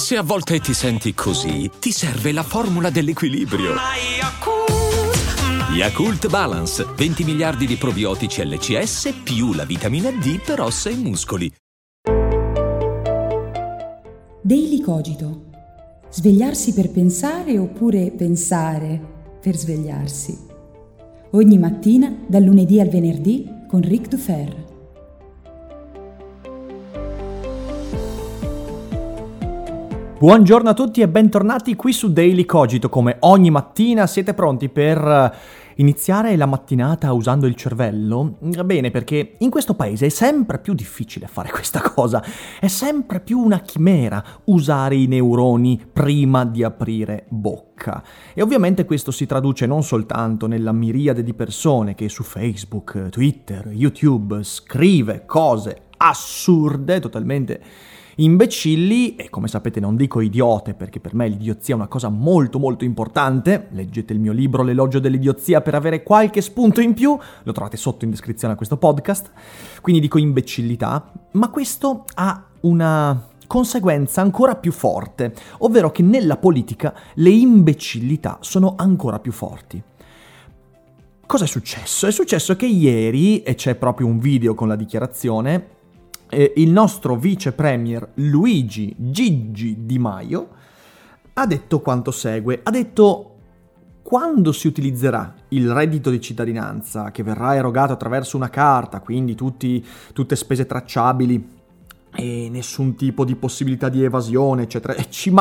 Se a volte ti senti così, ti serve la formula dell'equilibrio. Yakult Balance, 20 miliardi di probiotici LCS più la vitamina D per ossa e muscoli. Daily Cogito. Svegliarsi per pensare oppure pensare per svegliarsi. Ogni mattina, dal lunedì al venerdì, con Ric Dufer. Buongiorno a tutti e bentornati qui su Daily Cogito. Come ogni mattina siete pronti per iniziare la mattinata usando il cervello? Bene, perché in questo paese è sempre più difficile fare questa cosa, è sempre più una chimera usare i neuroni prima di aprire bocca. E ovviamente questo si traduce non soltanto nella miriade di persone che su Facebook, Twitter, YouTube scrive cose assurde, totalmente imbecilli, e come sapete non dico idiote perché per me l'idiozia è una cosa molto molto importante. Leggete il mio libro L'elogio dell'idiozia per avere qualche spunto in più, lo trovate sotto in descrizione a questo podcast. Quindi dico imbecillità, ma questo ha una conseguenza ancora più forte, ovvero che nella politica le imbecillità sono ancora più forti. Cosa è successo? È successo che ieri, e c'è proprio un video con la dichiarazione, il nostro vice premier Luigi Gigi Di Maio ha detto quanto segue. Ha detto: quando si utilizzerà il reddito di cittadinanza che verrà erogato attraverso una carta, quindi tutte spese tracciabili e nessun tipo di possibilità di evasione, eccetera, e ci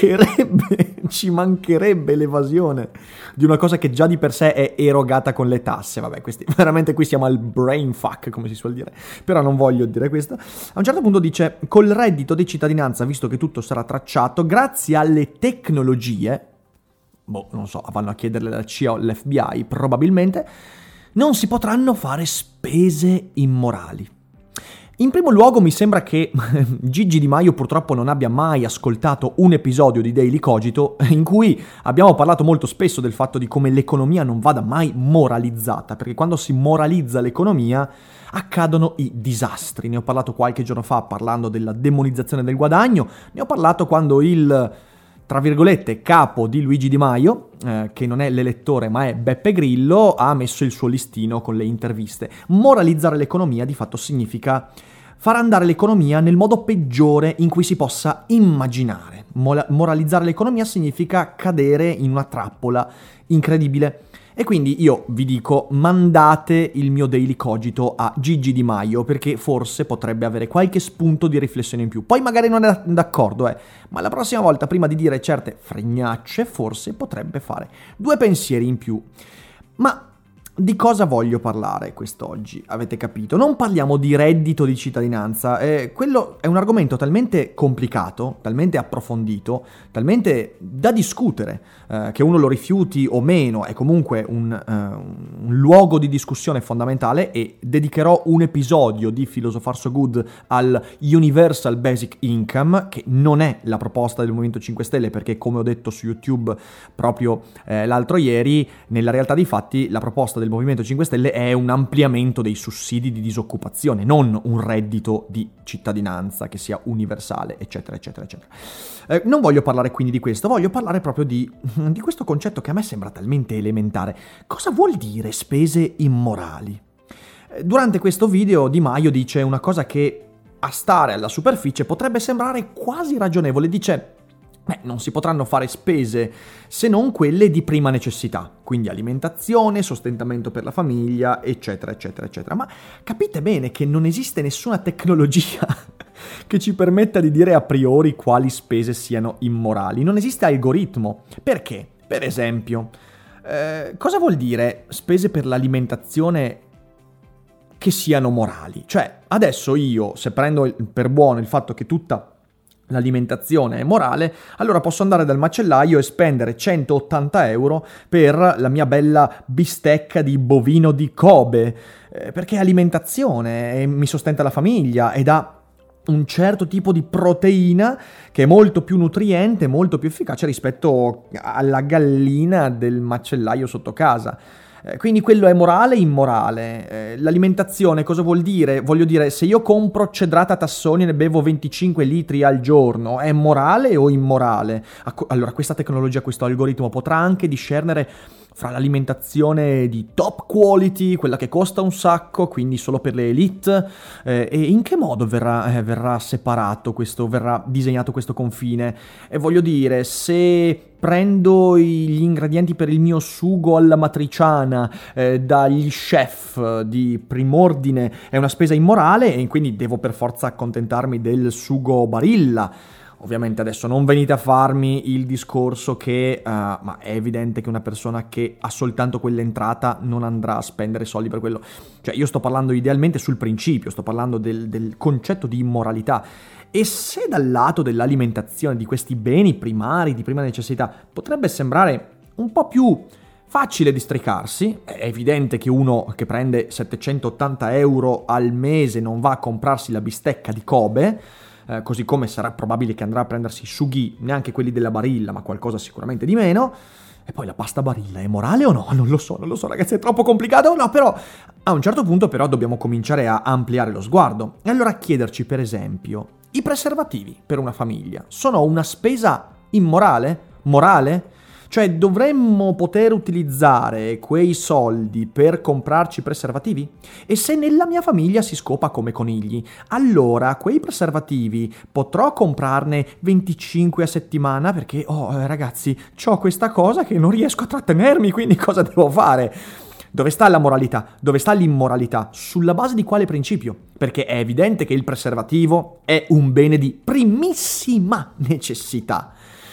mancherebbe l'evasione di una cosa che già di per sé è erogata con le tasse. Vabbè, veramente qui siamo al brain fuck, come si suol dire, però non voglio dire questo. A un certo punto dice: col reddito di cittadinanza, visto che tutto sarà tracciato, grazie alle tecnologie, non so, vanno a chiederle alla CIA o all'FBI, probabilmente, non si potranno fare spese immorali. In primo luogo mi sembra che Gigi Di Maio purtroppo non abbia mai ascoltato un episodio di Daily Cogito in cui abbiamo parlato molto spesso del fatto di come l'economia non vada mai moralizzata, perché quando si moralizza l'economia accadono i disastri. Ne ho parlato qualche giorno fa parlando della demonizzazione del guadagno, ne ho parlato quando il, tra virgolette, capo di Luigi Di Maio, che non è l'elettore ma è Beppe Grillo, ha messo il suo listino con le interviste. Moralizzare l'economia di fatto significa far andare l'economia nel modo peggiore in cui si possa immaginare. Moralizzare l'economia significa cadere in una trappola incredibile. E quindi io vi dico, mandate il mio Daily Cogito a Gigi Di Maio, perché forse potrebbe avere qualche spunto di riflessione in più. Poi magari non è d'accordo, ma la prossima volta, prima di dire certe fregnacce, forse potrebbe fare due pensieri in più. Ma di cosa voglio parlare quest'oggi? Avete capito? Non parliamo di reddito di cittadinanza, quello è un argomento talmente complicato, talmente approfondito, talmente da discutere, che uno lo rifiuti o meno, è comunque un luogo di discussione fondamentale, e dedicherò un episodio di Philosopher So Good al Universal Basic Income, che non è la proposta del Movimento 5 Stelle, perché come ho detto su YouTube proprio l'altro ieri, nella realtà dei fatti la proposta del Movimento 5 Stelle è un ampliamento dei sussidi di disoccupazione, non un reddito di cittadinanza che sia universale, eccetera, eccetera, eccetera. Non voglio parlare quindi di questo, voglio parlare proprio di questo concetto che a me sembra talmente elementare. Cosa vuol dire spese immorali? Durante questo video Di Maio dice una cosa che, a stare alla superficie, potrebbe sembrare quasi ragionevole. Dice: non si potranno fare spese se non quelle di prima necessità, quindi alimentazione, sostentamento per la famiglia, eccetera, eccetera, eccetera. Ma capite bene che non esiste nessuna tecnologia che ci permetta di dire a priori quali spese siano immorali. Non esiste algoritmo. Perché? Per esempio, cosa vuol dire spese per l'alimentazione che siano morali? Cioè, adesso io, se prendo per buono il fatto che tutta l'alimentazione è morale, allora posso andare dal macellaio e spendere 180 euro per la mia bella bistecca di bovino di Kobe, perché è alimentazione e mi sostenta la famiglia ed ha un certo tipo di proteina che è molto più nutriente, molto più efficace rispetto alla gallina del macellaio sotto casa. Quindi quello è morale e immorale. L'alimentazione cosa vuol dire? Voglio dire, se io compro cedrata Tassoni e ne bevo 25 litri al giorno, è morale o immorale? Allora, questa tecnologia, questo algoritmo potrà anche discernere fra l'alimentazione di top quality, quella che costa un sacco, quindi solo per le elite, e in che modo verrà separato questo, verrà disegnato questo confine? E voglio dire, se prendo gli ingredienti per il mio sugo alla matriciana dagli chef di prim'ordine, è una spesa immorale e quindi devo per forza accontentarmi del sugo Barilla. Ovviamente adesso non venite a farmi il discorso che ma è evidente che una persona che ha soltanto quell'entrata non andrà a spendere soldi per quello. Cioè io sto parlando idealmente sul principio, sto parlando del concetto di immoralità. E se dal lato dell'alimentazione di questi beni primari di prima necessità potrebbe sembrare un po' più facile districarsi, è evidente che uno che prende 780 euro al mese non va a comprarsi la bistecca di Kobe, così come sarà probabile che andrà a prendersi i sughi, neanche quelli della Barilla, ma qualcosa sicuramente di meno. E poi la pasta Barilla è morale o no? Non lo so ragazzi, è troppo complicato. No, però a un certo punto però dobbiamo cominciare a ampliare lo sguardo e allora chiederci, per esempio, i preservativi per una famiglia sono una spesa immorale? Morale? Cioè dovremmo poter utilizzare quei soldi per comprarci preservativi? E se nella mia famiglia si scopa come conigli, allora quei preservativi potrò comprarne 25 a settimana perché, ragazzi, c'ho questa cosa che non riesco a trattenermi, quindi cosa devo fare? Dove sta la moralità? Dove sta l'immoralità? Sulla base di quale principio? Perché è evidente che il preservativo è un bene di primissima necessità.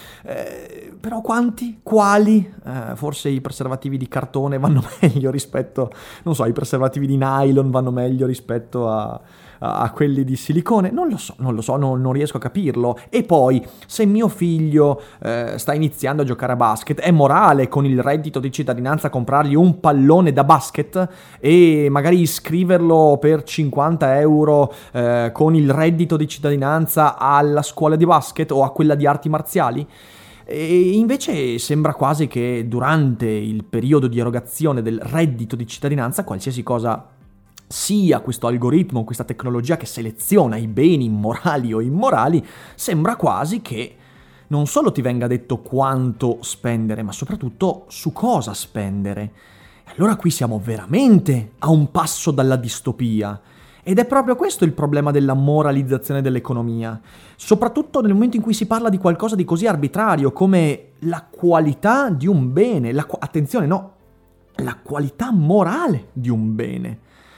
Però quanti? Quali? Forse i preservativi di cartone vanno meglio rispetto, non so, i preservativi di nylon vanno meglio rispetto a quelli di silicone? Non lo so, non riesco a capirlo. E poi, se mio figlio sta iniziando a giocare a basket, è morale con il reddito di cittadinanza comprargli un pallone da basket e magari iscriverlo per 50 euro con il reddito di cittadinanza alla scuola di basket o a quella di arti marziali? E invece sembra quasi che durante il periodo di erogazione del reddito di cittadinanza, qualsiasi cosa sia questo algoritmo, questa tecnologia che seleziona i beni morali o immorali, sembra quasi che non solo ti venga detto quanto spendere, ma soprattutto su cosa spendere. Allora qui siamo veramente a un passo dalla distopia. Ed è proprio questo il problema della moralizzazione dell'economia, soprattutto nel momento in cui si parla di qualcosa di così arbitrario come la qualità di un bene, attenzione, no, la qualità morale di un bene.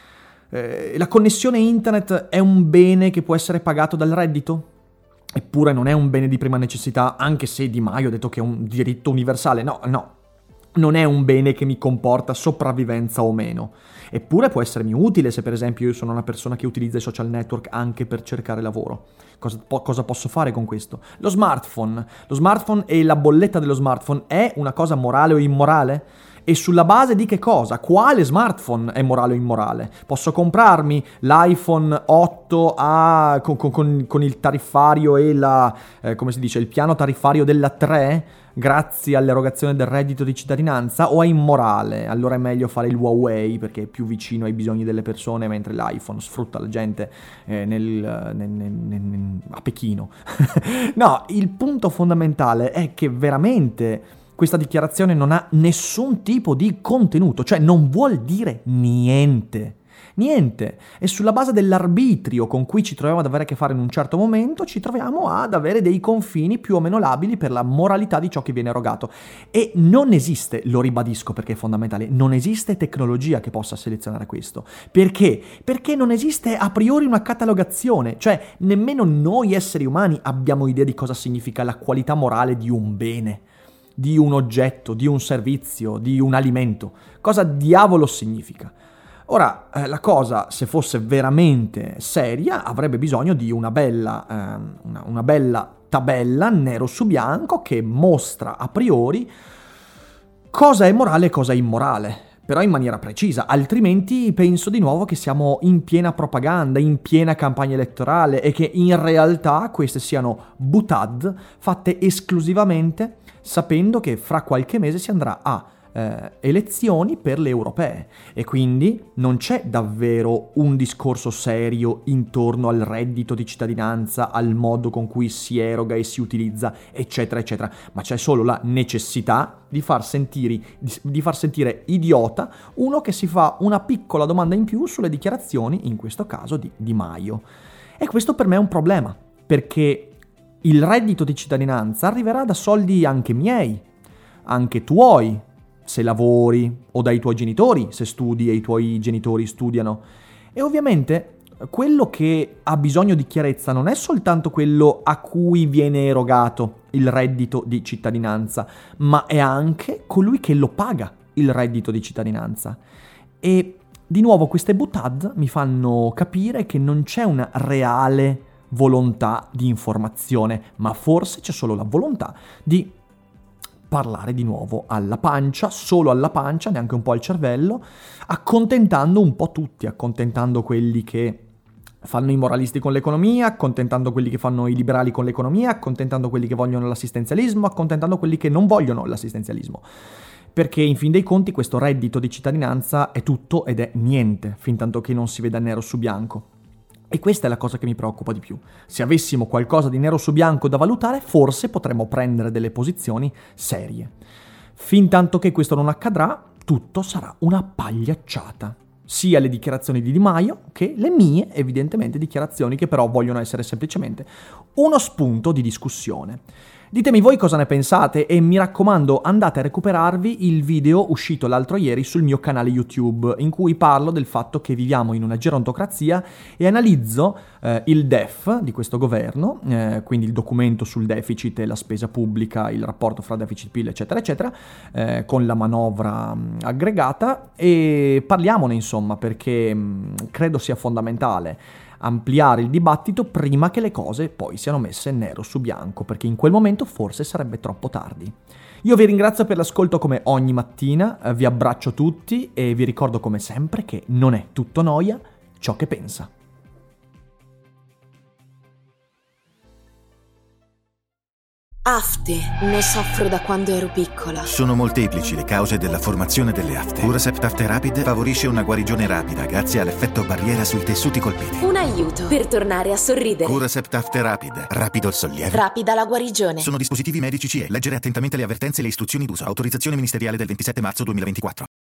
La connessione internet è un bene che può essere pagato dal reddito? Eppure non è un bene di prima necessità, anche se Di Maio ha detto che è un diritto universale. No, non è un bene che mi comporta sopravvivenza o meno. Eppure può essermi utile se per esempio io sono una persona che utilizza i social network anche per cercare lavoro. Cosa posso fare con questo? Lo smartphone e la bolletta dello smartphone è una cosa morale o immorale? E sulla base di che cosa? Quale smartphone è morale o immorale? Posso comprarmi l'iPhone 8 con il tariffario e il piano tariffario della 3 grazie all'erogazione del reddito di cittadinanza, o è immorale? Allora è meglio fare il Huawei perché è più vicino ai bisogni delle persone, mentre l'iPhone sfrutta la gente a Pechino. No, il punto fondamentale è che veramente questa dichiarazione non ha nessun tipo di contenuto, cioè non vuol dire niente. E sulla base dell'arbitrio con cui ci troviamo ad avere a che fare in un certo momento, ci troviamo ad avere dei confini più o meno labili per la moralità di ciò che viene erogato. E non esiste, lo ribadisco perché è fondamentale, non esiste tecnologia che possa selezionare questo. Perché? Perché non esiste a priori una catalogazione, cioè nemmeno noi esseri umani abbiamo idea di cosa significa la qualità morale di un bene, di un oggetto, di un servizio, di un alimento. Cosa diavolo significa? Ora, la cosa, se fosse veramente seria, avrebbe bisogno di una bella tabella nero su bianco che mostra a priori cosa è morale e cosa è immorale, però in maniera precisa, altrimenti penso di nuovo che siamo in piena propaganda, in piena campagna elettorale e che in realtà queste siano boutade fatte esclusivamente sapendo che fra qualche mese si andrà a elezioni per le europee e quindi non c'è davvero un discorso serio intorno al reddito di cittadinanza, al modo con cui si eroga e si utilizza, eccetera, eccetera, ma c'è solo la necessità di far sentire idiota uno che si fa una piccola domanda in più sulle dichiarazioni, in questo caso di Di Maio. E questo per me è un problema, perché il reddito di cittadinanza arriverà da soldi anche miei, anche tuoi, se lavori, o dai tuoi genitori, se studi e i tuoi genitori studiano. E ovviamente quello che ha bisogno di chiarezza non è soltanto quello a cui viene erogato il reddito di cittadinanza, ma è anche colui che lo paga il reddito di cittadinanza. E di nuovo queste boutade mi fanno capire che non c'è una reale volontà di informazione, ma forse c'è solo la volontà di parlare di nuovo alla pancia, solo alla pancia, neanche un po' al cervello, accontentando un po' tutti, accontentando quelli che fanno i moralisti con l'economia, accontentando quelli che fanno i liberali con l'economia, accontentando quelli che vogliono l'assistenzialismo, accontentando quelli che non vogliono l'assistenzialismo. Perché in fin dei conti questo reddito di cittadinanza è tutto ed è niente, fin tanto che non si veda nero su bianco. E questa è la cosa che mi preoccupa di più. Se avessimo qualcosa di nero su bianco da valutare, forse potremmo prendere delle posizioni serie. Fin tanto che questo non accadrà, tutto sarà una pagliacciata. Sia le dichiarazioni di Di Maio che le mie, evidentemente, dichiarazioni che però vogliono essere semplicemente uno spunto di discussione. Ditemi voi cosa ne pensate e mi raccomando andate a recuperarvi il video uscito l'altro ieri sul mio canale YouTube in cui parlo del fatto che viviamo in una gerontocrazia e analizzo il DEF di questo governo, quindi il documento sul deficit e la spesa pubblica, il rapporto fra deficit PIL eccetera eccetera, con la manovra aggregata e parliamone insomma perché credo sia fondamentale ampliare il dibattito prima che le cose poi siano messe nero su bianco, perché in quel momento forse sarebbe troppo tardi. Io vi ringrazio per l'ascolto come ogni mattina, vi abbraccio tutti e vi ricordo come sempre che non è tutto noia ciò che pensa. Afte, ne soffro da quando ero piccola. Sono molteplici le cause della formazione delle afte. Curacept Afte Rapid favorisce una guarigione rapida grazie all'effetto barriera sui tessuti colpiti. Un aiuto per tornare a sorridere. Curacept Afte Rapid, rapido il sollievo. Rapida la guarigione. Sono dispositivi medici CE. Leggere attentamente le avvertenze e le istruzioni d'uso. Autorizzazione ministeriale del 27 marzo 2024.